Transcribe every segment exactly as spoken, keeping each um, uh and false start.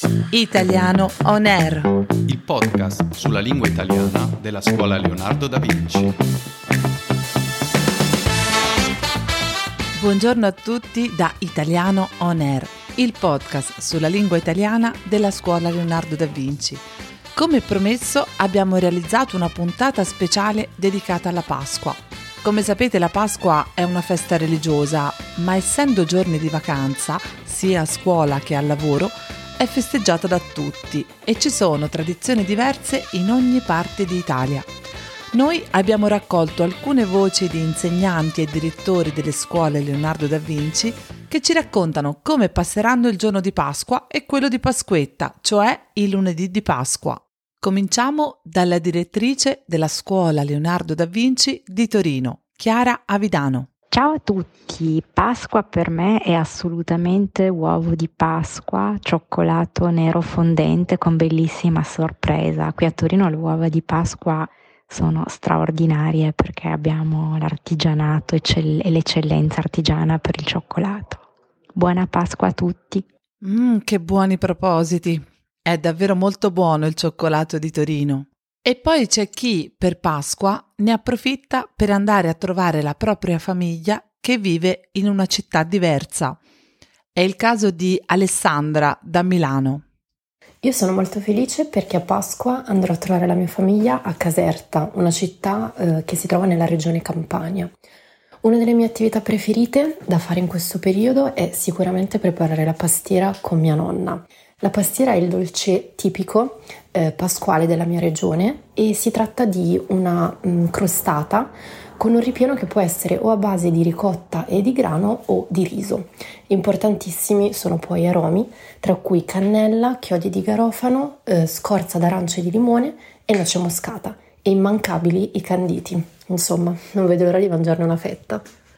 Italiano On Air, il podcast sulla lingua italiana della Scuola Leonardo da Vinci. Buongiorno a tutti da Italiano On Air, il podcast sulla lingua italiana della Scuola Leonardo da Vinci. Come promesso abbiamo realizzato una puntata speciale dedicata alla Pasqua. Come sapete, la Pasqua è una festa religiosa, ma essendo giorni di vacanza, sia a scuola che al lavoro, è festeggiata da tutti e ci sono tradizioni diverse in ogni parte d'Italia. Noi abbiamo raccolto alcune voci di insegnanti e direttori delle scuole Leonardo da Vinci che ci raccontano come passeranno il giorno di Pasqua e quello di Pasquetta, cioè il lunedì di Pasqua. Cominciamo dalla direttrice della scuola Leonardo da Vinci di Torino, Chiara Avidano. Ciao a tutti, Pasqua per me è assolutamente uovo di Pasqua, cioccolato nero fondente con bellissima sorpresa. Qui a Torino le uova di Pasqua sono straordinarie perché abbiamo l'artigianato e l'eccellenza artigiana per il cioccolato. Buona Pasqua a tutti! Mmm, che buoni propositi! È davvero molto buono il cioccolato di Torino. E poi c'è chi, per Pasqua, ne approfitta per andare a trovare la propria famiglia che vive in una città diversa. È il caso di Alessandra da Milano. Io sono molto felice perché a Pasqua andrò a trovare la mia famiglia a Caserta, una città eh, che si trova nella regione Campania. Una delle mie attività preferite da fare in questo periodo è sicuramente preparare la pastiera con mia nonna. La pastiera è il dolce tipico eh, pasquale della mia regione e si tratta di una mh, crostata con un ripieno che può essere o a base di ricotta e di grano o di riso. Importantissimi sono poi aromi, tra cui cannella, chiodi di garofano, eh, scorza d'arancia e di limone e noce moscata, e immancabili i canditi. Insomma, non vedo l'ora di mangiarne una fetta.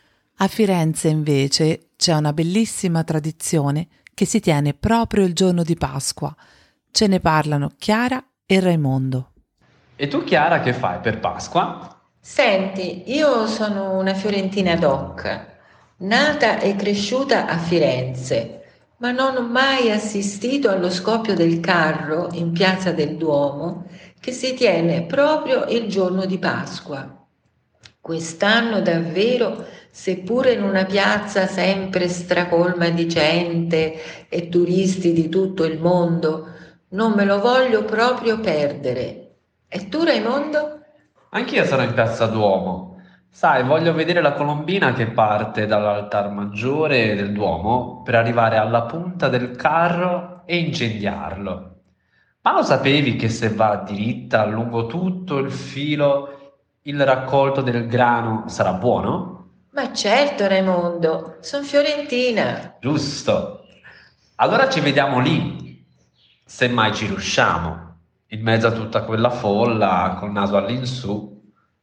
A Firenze, invece, c'è una bellissima tradizione che si tiene proprio il giorno di Pasqua. Ce ne parlano Chiara e Raimondo. E tu, Chiara, che fai per Pasqua? Senti, io sono una fiorentina doc, nata e cresciuta a Firenze, ma non ho mai assistito allo scoppio del carro in Piazza del Duomo, che si tiene proprio il giorno di Pasqua. Quest'anno davvero, seppure in una piazza sempre stracolma di gente e turisti di tutto il mondo, non me lo voglio proprio perdere. E tu, Raimondo? Anch'io sono in Piazza Duomo. Sai, voglio vedere la colombina che parte dall'altar maggiore del Duomo per arrivare alla punta del carro e incendiarlo. Ma lo sapevi che se va diritta lungo tutto il filo il raccolto del grano sarà buono? Ma certo, Raimondo, sono fiorentina. Giusto. Allora ci vediamo lì, se mai ci riusciamo, in mezzo a tutta quella folla, col naso all'insù.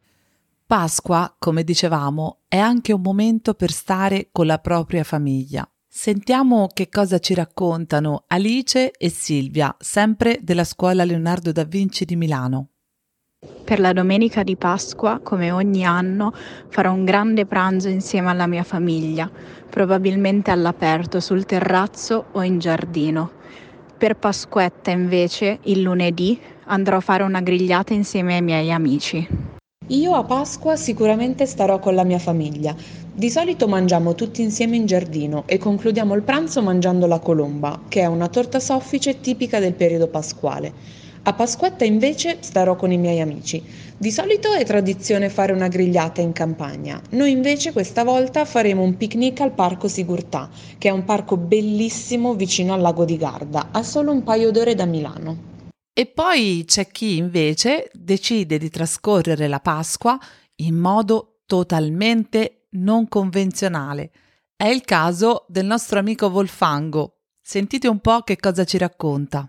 Pasqua, come dicevamo, è anche un momento per stare con la propria famiglia. Sentiamo che cosa ci raccontano Alice e Silvia, sempre della scuola Leonardo da Vinci di Milano. Per la domenica di Pasqua, come ogni anno, farò un grande pranzo insieme alla mia famiglia, probabilmente all'aperto, sul terrazzo o in giardino. Per Pasquetta, invece, il lunedì, andrò a fare una grigliata insieme ai miei amici. Io a Pasqua sicuramente starò con la mia famiglia. Di solito mangiamo tutti insieme in giardino e concludiamo il pranzo mangiando la colomba, che è una torta soffice tipica del periodo pasquale. A Pasquetta invece starò con i miei amici. Di solito è tradizione fare una grigliata in campagna. Noi invece questa volta faremo un picnic al Parco Sigurtà, che è un parco bellissimo vicino al lago di Garda, a solo un paio d'ore da Milano. E poi c'è chi invece decide di trascorrere la Pasqua in modo totalmente non convenzionale. È il caso del nostro amico Volfango. Sentite un po' che cosa ci racconta.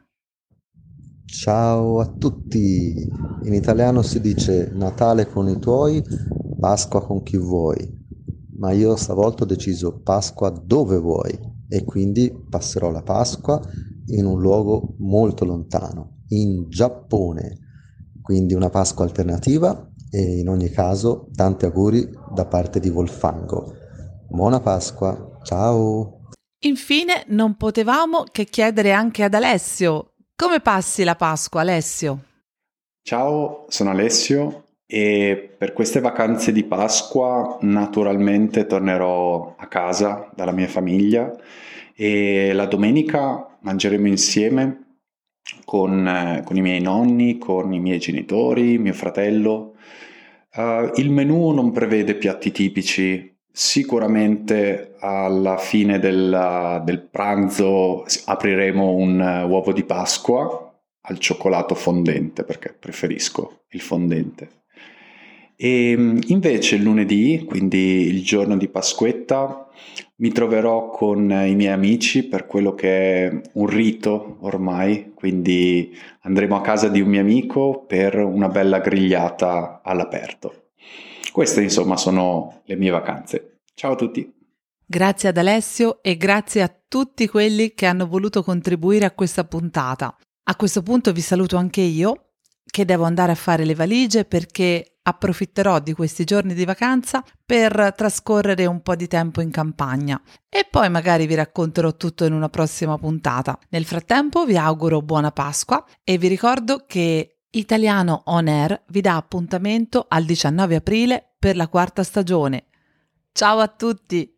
Ciao a tutti! In italiano si dice Natale con i tuoi, Pasqua con chi vuoi, ma io stavolta ho deciso Pasqua dove vuoi e quindi passerò la Pasqua in un luogo molto lontano, in Giappone, quindi una Pasqua alternativa e in ogni caso tanti auguri da parte di Volfango. Buona Pasqua, ciao! Infine, non potevamo che chiedere anche ad Alessio: come passi la Pasqua, Alessio? Ciao, sono Alessio e per queste vacanze di Pasqua naturalmente tornerò a casa dalla mia famiglia e la domenica mangeremo insieme con, eh, con i miei nonni, con i miei genitori, mio fratello. Uh, il menù non prevede piatti tipici. Sicuramente alla fine del, del pranzo apriremo un uh, uovo di Pasqua al cioccolato fondente, perché preferisco il fondente. E invece il lunedì, quindi il giorno di Pasquetta, mi troverò con i miei amici per quello che è un rito ormai, quindi andremo a casa di un mio amico per una bella grigliata all'aperto. Queste insomma sono le mie vacanze. Ciao a tutti. Grazie ad Alessio e grazie a tutti quelli che hanno voluto contribuire a questa puntata. A questo punto vi saluto anche io, che devo andare a fare le valigie perché approfitterò di questi giorni di vacanza per trascorrere un po' di tempo in campagna e poi magari vi racconterò tutto in una prossima puntata. Nel frattempo vi auguro buona Pasqua e vi ricordo che Italiano On Air vi dà appuntamento al diciannove aprile per la quarta stagione. Ciao a tutti!